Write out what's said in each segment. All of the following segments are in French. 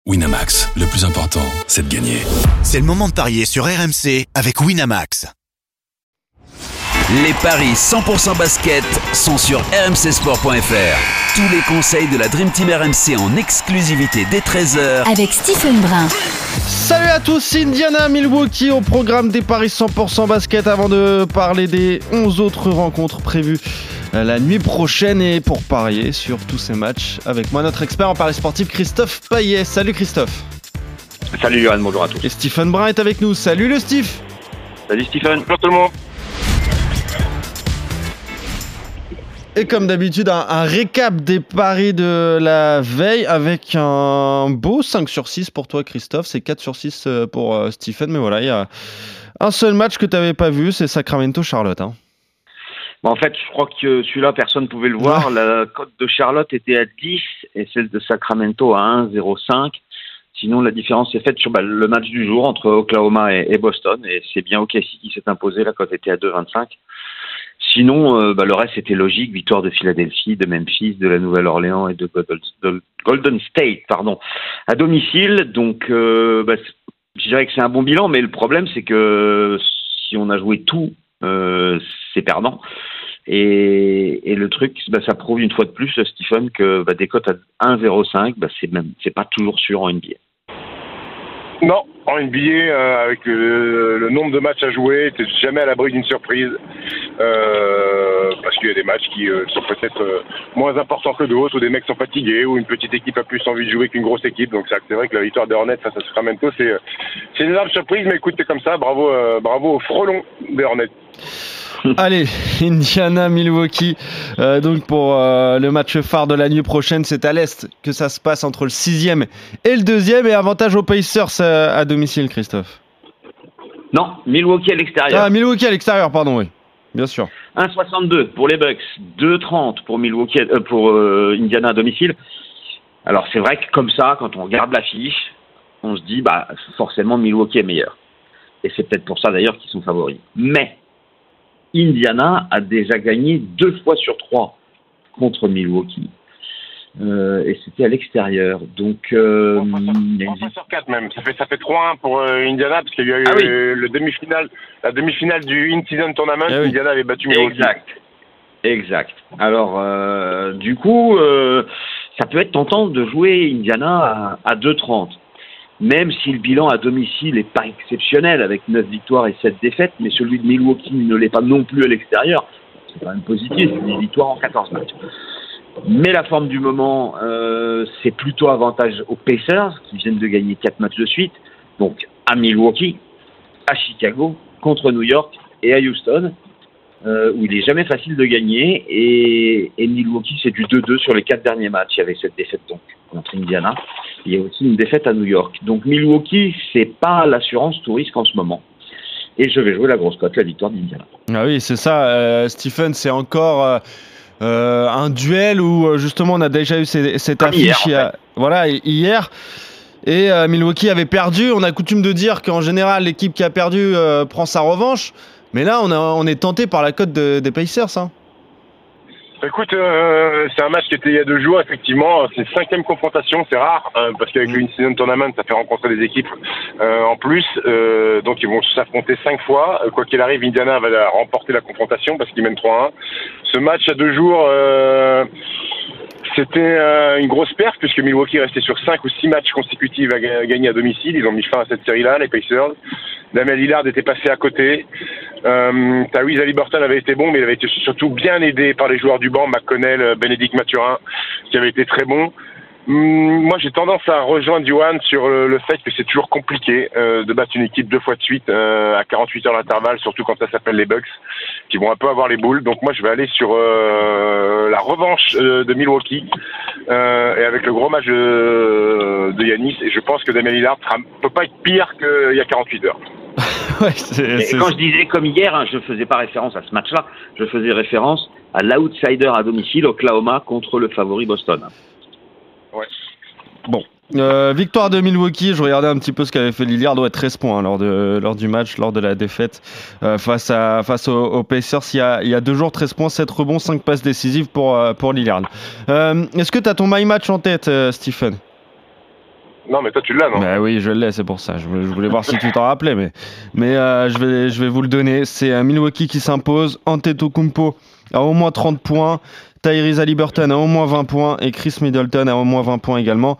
Winamax, le plus important, c'est de gagner. C'est le moment de parier sur RMC avec Winamax. Les paris 100% basket sont sur rmcsport.fr. Tous les conseils de la Dream Team RMC en exclusivité dès 13h avec Stephen Brun. Salut à tous, Indiana, Milwaukee au programme des paris 100% basket avant de parler des 11 autres rencontres prévues la nuit prochaine et pour parier sur tous ces matchs avec moi notre expert en paris sportif Christophe Payet. Salut Christophe. Salut Johan, bonjour à tous. Et Stephen Brun est avec nous. Salut le Steve. Salut Stephen. Bonjour tout le monde. Et comme d'habitude, un récap des paris de la veille avec un beau 5 sur 6 pour toi Christophe. C'est 4 sur 6 pour Stephen. Mais voilà, il y a un seul match que tu n'avais pas vu, c'est Sacramento-Charlotte. Hein. En fait, je crois que celui-là, personne ne pouvait le voir. Ouais. La cote de Charlotte était à 10 et celle de Sacramento à 1,05. Sinon, la différence est faite sur le match du jour entre Oklahoma et Boston. Et c'est bien OKC qui s'est imposé. La cote était à 2,25. Sinon, le reste était logique. Victoire de Philadelphie, de Memphis, de la Nouvelle-Orléans et de Golden State, à domicile. Donc, je dirais que c'est un bon bilan. Mais le problème, c'est que si on a joué tout, c'est perdant. Et le truc, ça prouve une fois de plus, Stephen, que des cotes à 1,05, c'est pas toujours sûr en NBA. Non, en NBA, avec le nombre de matchs à jouer, t'es jamais à l'abri d'une surprise. Parce qu'il y a des matchs qui sont peut-être moins importants que d'autres, ou des mecs sont fatigués, ou une petite équipe a plus envie de jouer qu'une grosse équipe. Donc c'est vrai que la victoire des Hornets face à Sacramento, c'est une énorme surprise, mais écoute, c'est comme ça. Bravo au frelon des Hornets. Allez, Indiana, Milwaukee. Donc pour le match phare de la nuit prochaine, c'est à l'Est que ça se passe entre le 6e et le 2e. Et avantage aux Pacers à domicile, Christophe. Non, Milwaukee à l'extérieur. Ah, Milwaukee à l'extérieur, pardon, oui. Bien sûr. 1,62 pour les Bucks, 2,30 pour Milwaukee, pour Indiana à domicile. Alors c'est vrai que comme ça, quand on regarde l'affiche, on se dit forcément Milwaukee est meilleur. Et c'est peut-être pour ça d'ailleurs qu'ils sont favoris. Mais Indiana a déjà gagné 2 fois sur 3 contre Milwaukee. Et c'était à l'extérieur. Donc, 3 fois sur 4 même. Ça fait 3-1 pour Indiana, parce qu'il y a eu la demi-finale du In-Season Tournament. Oui. Indiana avait battu Milwaukee. Exact. Alors, du coup, ça peut être tentant de jouer Indiana à 2,30. Même si le bilan à domicile n'est pas exceptionnel, avec 9 victoires et 7 défaites, mais celui de Milwaukee ne l'est pas non plus à l'extérieur. C'est quand même positif, 10 victoires en 14 matchs. Mais la forme du moment, c'est plutôt avantage aux Pacers, qui viennent de gagner 4 matchs de suite. Donc à Milwaukee, à Chicago, contre New York et à Houston, où il n'est jamais facile de gagner. Et Milwaukee, c'est du 2-2 sur les 4 derniers matchs. Il y avait cette défaite donc contre Indiana. Il y a aussi une défaite à New York. Donc Milwaukee, c'est pas l'assurance tout risque en ce moment. Et je vais jouer la grosse cote, la victoire d'Indiana. Ah oui, c'est ça, Stephen, c'est encore un duel où justement on a déjà eu cette affiche hier. Et Milwaukee avait perdu. On a coutume de dire qu'en général, l'équipe qui a perdu prend sa revanche. Mais là, on est tenté par la cote des Pacers. Hein. Écoute, c'est un match qui était il y a 2 jours, effectivement. C'est 5e confrontation, c'est rare, parce qu'avec le In-Season Tournament, ça fait rencontrer des équipes en plus. Donc ils vont s'affronter 5 fois. Quoi qu'il arrive, Indiana va remporter la confrontation parce qu'ils mènent 3-1. Ce match à 2 jours, c'était une grosse perte, puisque Milwaukee restait sur 5 ou 6 matchs consécutifs à gagner à domicile. Ils ont mis fin à cette série-là, les Pacers. Damien Lillard était passé à côté. Tyrese Haliburton avait été bon, mais il avait été surtout bien aidé par les joueurs du banc, McConnell, Bénédicte Mathurin, qui avaient été très bons. Moi, j'ai tendance à rejoindre Johan sur le fait que c'est toujours compliqué de battre une équipe 2 fois de suite à 48 heures d'intervalle, surtout quand ça s'appelle les Bucks, qui vont un peu avoir les boules. Donc moi, je vais aller sur la revanche de Milwaukee et avec le gros match de Giannis. Et je pense que Damien Lillard peut pas être pire qu'il y a 48 heures. Ouais, quand je disais comme hier, je ne faisais pas référence à ce match-là, je faisais référence à l'outsider à domicile, Oklahoma, contre le favori Boston. Ouais. Bon, victoire de Milwaukee. Je regardais un petit peu ce qu'avait fait Lillard, 13 points lors du match, lors de la défaite face aux Pacers il y a 2 jours. 13 points, 7 rebonds, 5 passes décisives pour Lillard. Est-ce que tu as ton my match en tête, Stephen? Non, mais toi, tu l'as, non? Bah oui, je l'ai, c'est pour ça. Je voulais voir si tu t'en rappelais, mais je vais vous le donner. C'est Milwaukee qui s'impose. Antetokounmpo a au moins 30 points. Tyrese Haliburton a au moins 20 points. Et Chris Middleton a au moins 20 points également.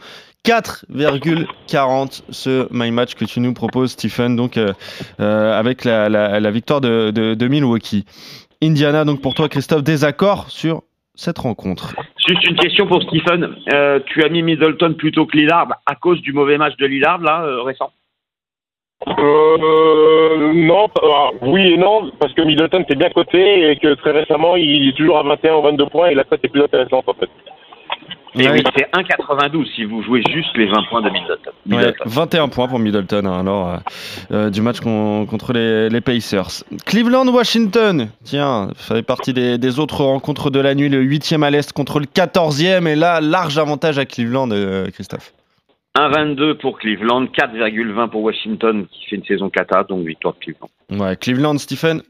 4,40 ce My Match que tu nous proposes, Stephen, donc avec la victoire de Milwaukee. Indiana, donc pour toi, Christophe, désaccord sur cette rencontre. Juste une question pour Stephen. Tu as mis Middleton plutôt que Lillard à cause du mauvais match de Lillard, là, récent? Non, oui et non, parce que Middleton c'est bien coté et que très récemment il est toujours à 21 ou 22 points et la cote est plus intéressante en fait. Et oui, c'est 1,92 si vous jouez juste les 20 points de Middleton. Ouais, 21 points pour Middleton, hein, alors du match contre les Pacers. Cleveland-Washington, tiens, ça fait partie des autres rencontres de la nuit, le 8e à l'Est contre le 14e, et là, large avantage à Cleveland, Christophe. 1,22 pour Cleveland, 4,20 pour Washington qui fait une saison cata, donc victoire de Cleveland. Ouais, Cleveland, Stephen?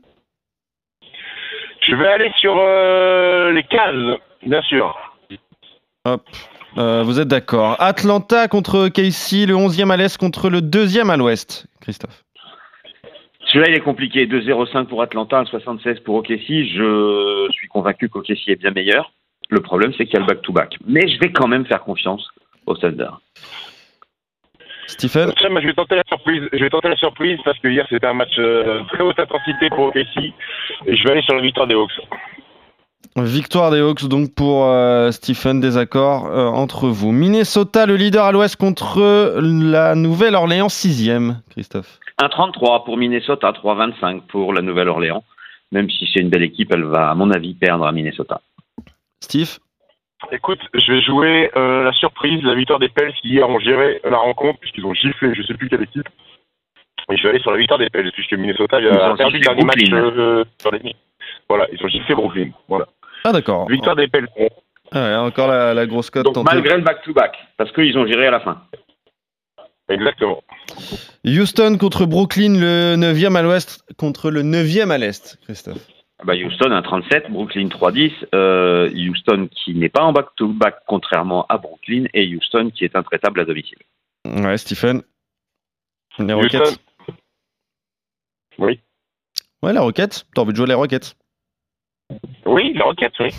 Je vais aller sur les Cavs, bien sûr. Hop, vous êtes d'accord. Atlanta contre KC, le 11e à l'Est contre le 2e à l'Ouest, Christophe. Celui-là, il est compliqué. 2,05 pour Atlanta, 1,76 pour OKC. Je suis convaincu qu'OKC est bien meilleur. Le problème, c'est qu'il y a le back-to-back. Mais je vais quand même faire confiance au Thunder. Stephen? Je vais tenter la surprise parce que hier, c'était un match très haute intensité pour OKC. Et je vais aller sur la victoire des Hawks. Victoire des Hawks donc pour Stephen, désaccord entre vous. Minnesota, le leader à l'ouest contre la Nouvelle-Orléans 6e, Christophe. 1,33 pour Minnesota, 3,25 pour la Nouvelle-Orléans. Même si c'est une belle équipe, elle va à mon avis perdre à Minnesota. Steve? Écoute, je vais jouer la surprise, la victoire des Pels qui hier ont géré la rencontre puisqu'ils ont giflé je sais plus quelle équipe. Et je vais aller sur la victoire des Pels puisque Minnesota a perdu le dernier match sur les... Voilà, ils ont giflé Brooklyn. Voilà. Ah d'accord. Victoire des Pels. Ah ouais, encore la grosse cote. Donc malgré le back-to-back, parce qu'ils ont géré à la fin. Exactement. Houston contre Brooklyn, le 9e à l'ouest contre le 9e à l'est, Christophe. Houston 1,37, Brooklyn 3,10. Houston qui n'est pas en back-to-back contrairement à Brooklyn et Houston qui est intraitable à domicile. Ouais, Stephen. Les Rockets. Oui. Ouais, la Rockets. T'as envie de jouer les Rockets? Oui, les Rockets, oui.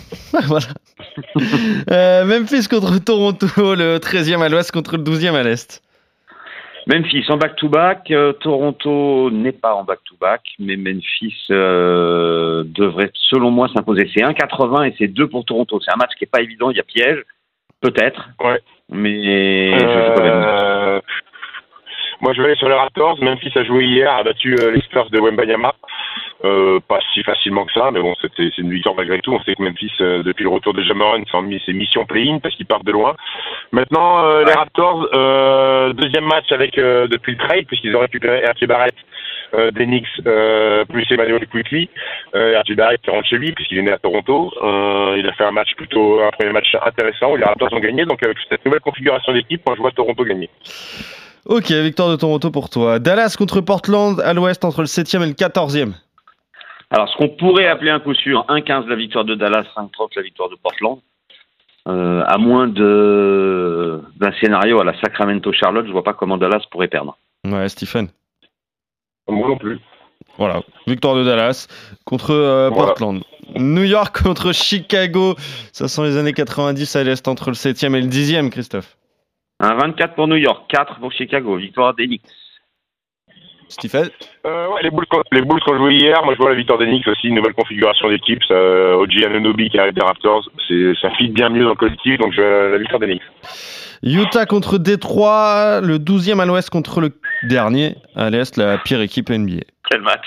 Voilà. Memphis contre Toronto, le 13e à l'ouest contre le 12e à l'est. Memphis en back-to-back. Toronto n'est pas en back-to-back, mais Memphis devrait, selon moi, s'imposer. C'est 1,80 et c'est 2 pour Toronto. C'est un match qui n'est pas évident, il y a piège, peut-être. Ouais. Mais je sais pas. Moi, je vais aller sur les Raptors. Memphis a joué hier, a battu les Spurs de Wembanyama. Pas si facilement que ça, mais bon, c'est une victoire malgré tout. On sait que Memphis, depuis le retour de Ja Morant, c'est mission play-in parce qu'ils partent de loin. Maintenant, les Raptors, deuxième match avec depuis le trade, puisqu'ils ont récupéré R.J. Barrett des Knicks, plus Emmanuel Quickley. R.J. Barrett rentre chez lui, puisqu'il est né à Toronto. Il a fait un premier match intéressant où les Raptors ont gagné. Donc, avec cette nouvelle configuration d'équipe, moi, je vois Toronto gagner. Ok, victoire de Toronto pour toi. Dallas contre Portland à l'ouest entre le 7e et le 14e. Alors, ce qu'on pourrait appeler un coup sûr, 1,15 la victoire de Dallas, 5,30 la victoire de Portland. À moins d'un scénario à la Sacramento-Charlotte, je vois pas comment Dallas pourrait perdre. Ouais, Stephen. Moi non plus. Voilà, victoire de Dallas contre Portland. New York contre Chicago, ça sont les années 90 à l'est entre le 7e et le 10e, Christophe. 1,24 pour New York, 4 pour Chicago, victoire des Knicks. Stephen? Les Bulls qui ont joué hier, moi je vois la victoire des Knicks aussi, une nouvelle configuration d'équipe, OG Anunoby qui arrive des Raptors, ça fit bien mieux dans le collectif, donc la victoire des Knicks. Utah contre Détroit, le 12e à l'ouest contre le dernier à l'est, la pire équipe NBA. Quel match.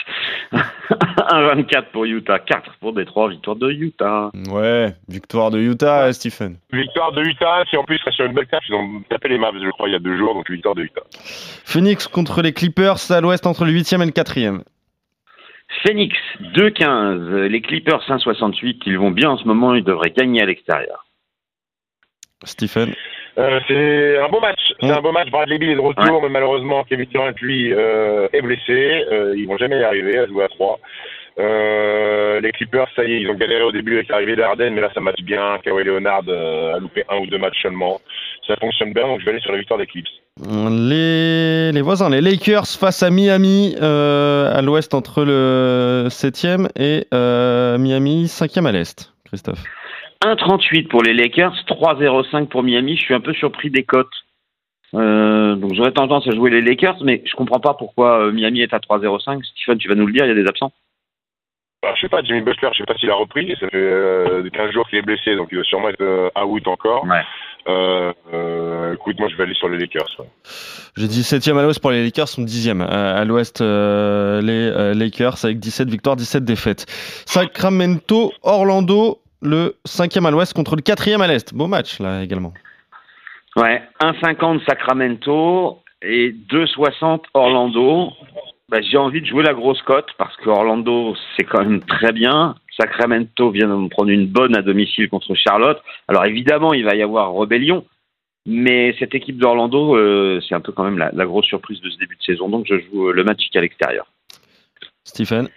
1,24 pour Utah, 4 pour Détroit, victoire de Utah. Ouais, victoire de Utah, Stephen. Victoire de Utah, si en plus sur une belle carte, ils ont tapé les Mavs, je crois, il y a 2 jours, donc victoire de Utah. Phoenix contre les Clippers à l'ouest entre le 8e et le 4e. Phoenix, 2,15. Les Clippers, 1,68. Ils vont bien en ce moment, ils devraient gagner à l'extérieur. Stephen? C'est un beau match. C'est un beau match. Bradley Beal est de retour, mais malheureusement, Kevin Durant, lui, est blessé. Ils vont jamais y arriver à jouer à 3. Les Clippers, ça y est, ils ont galéré au début avec l'arrivée d'Harden, mais là, ça match bien. Kawhi Leonard a loupé 1 ou 2 matchs seulement. Ça fonctionne bien, donc je vais aller sur la victoire des Clips. Les voisins, les Lakers face à Miami à l'ouest entre le 7e et Miami 5e à l'est. Christophe. 1,38 pour les Lakers, 3,05 pour Miami. Je suis un peu surpris des cotes. Donc j'aurais tendance à jouer les Lakers, mais je comprends pas pourquoi Miami est à 3,05. Stephen, tu vas nous le dire, il y a des absents. Je sais pas, Jimmy Butler, je sais pas s'il a repris. Ça fait 15 jours qu'il est blessé, donc il doit sûrement être out encore. Ouais. Écoute, moi je vais aller sur les Lakers. Ouais. J'ai dit 7e à l'ouest pour les Lakers, sont 10e à l'ouest les Lakers avec 17 victoires, 17 défaites. Sacramento, Orlando, le 5e à l'ouest contre le 4e à l'est. Beau match là également. Ouais, 1,50 Sacramento et 2,60 Orlando. J'ai envie de jouer la grosse cote parce que Orlando c'est quand même très bien. Sacramento vient de prendre une bonne à domicile contre Charlotte. Alors évidemment il va y avoir rébellion, mais cette équipe d'Orlando c'est un peu quand même la grosse surprise de ce début de saison. Donc je joue le Magic à l'extérieur. Stephen.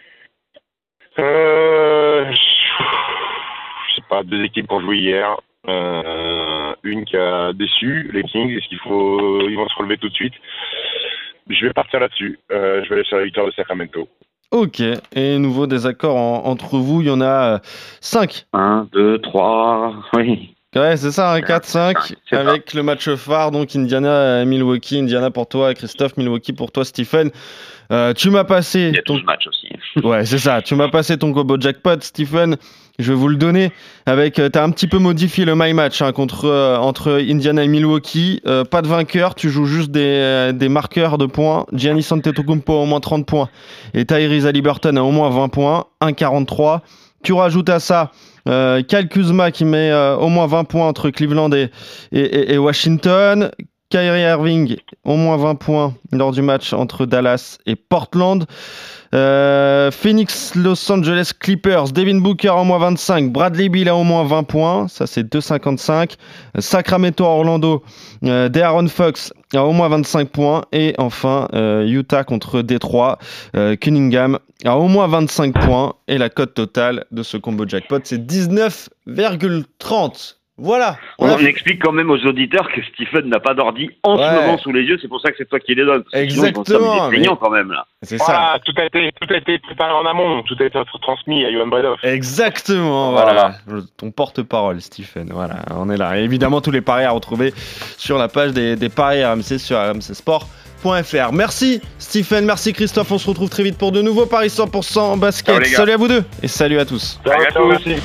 Je sais pas, 2 équipes qui ont joué hier. Une qui a déçu, les Kings. Est-ce ils vont se relever tout de suite? Je vais partir là-dessus. Je vais aller sur la victoire de Sacramento. Ok, et nouveau désaccord entre vous, il y en a 5. 1, 2, 3, oui. Ouais, c'est ça, 4, 5, avec le match phare, donc Indiana-Milwaukee. Indiana pour toi, Christophe, Milwaukee pour toi, Stephen. Tu m'as passé... Il y a 12 matchs aussi. Ouais, c'est ça. Tu m'as passé ton combo jackpot, Stephen. Je vais vous le donner. T'as un petit peu modifié le my match entre Indiana et Milwaukee. Pas de vainqueur. Tu joues juste des marqueurs de points. Giannis Antetokounmpo a au moins 30 points. Et Tyrese Haliburton a au moins 20 points. 1,43. Tu rajoutes à ça Kyle Kuzma qui met au moins 20 points entre Cleveland et Washington. Kyrie Irving, au moins 20 points lors du match entre Dallas et Portland. Phoenix, Los Angeles Clippers, Devin Booker au moins 25, Bradley Beal a au moins 20 points, ça c'est 2,55. Sacramento, Orlando, De'Aaron Fox a au moins 25 points. Et enfin, Utah contre Détroit, Cunningham a au moins 25 points. Et la cote totale de ce combo jackpot, c'est 19,30. Voilà. On explique quand même aux auditeurs que Stephen n'a pas d'ordi en ce moment sous les yeux, c'est pour ça que c'est toi qui les donne. Exactement. Sinon, quand même là. C'est voilà, ça. tout a été préparé en amont, tout a été transmis à Johan Bredoff. Exactement, voilà. Ton porte-parole, Stephen. Voilà, on est là. Et évidemment, tous les paris à retrouver sur la page des paris RMC sur rmcsport.fr. Merci Stephen, merci Christophe. On se retrouve très vite pour de nouveaux paris 100% basket. Salut à vous deux et salut à tous. Salut à tous aussi.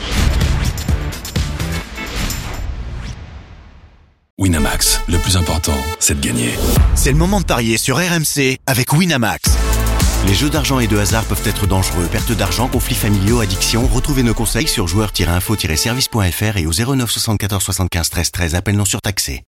Winamax, le plus important, c'est de gagner. C'est le moment de parier sur RMC avec Winamax. Les jeux d'argent et de hasard peuvent être dangereux. Perte d'argent, conflits familiaux, addiction. Retrouvez nos conseils sur joueurs-info-service.fr et au 09 74 75 13 13. Appel non surtaxé.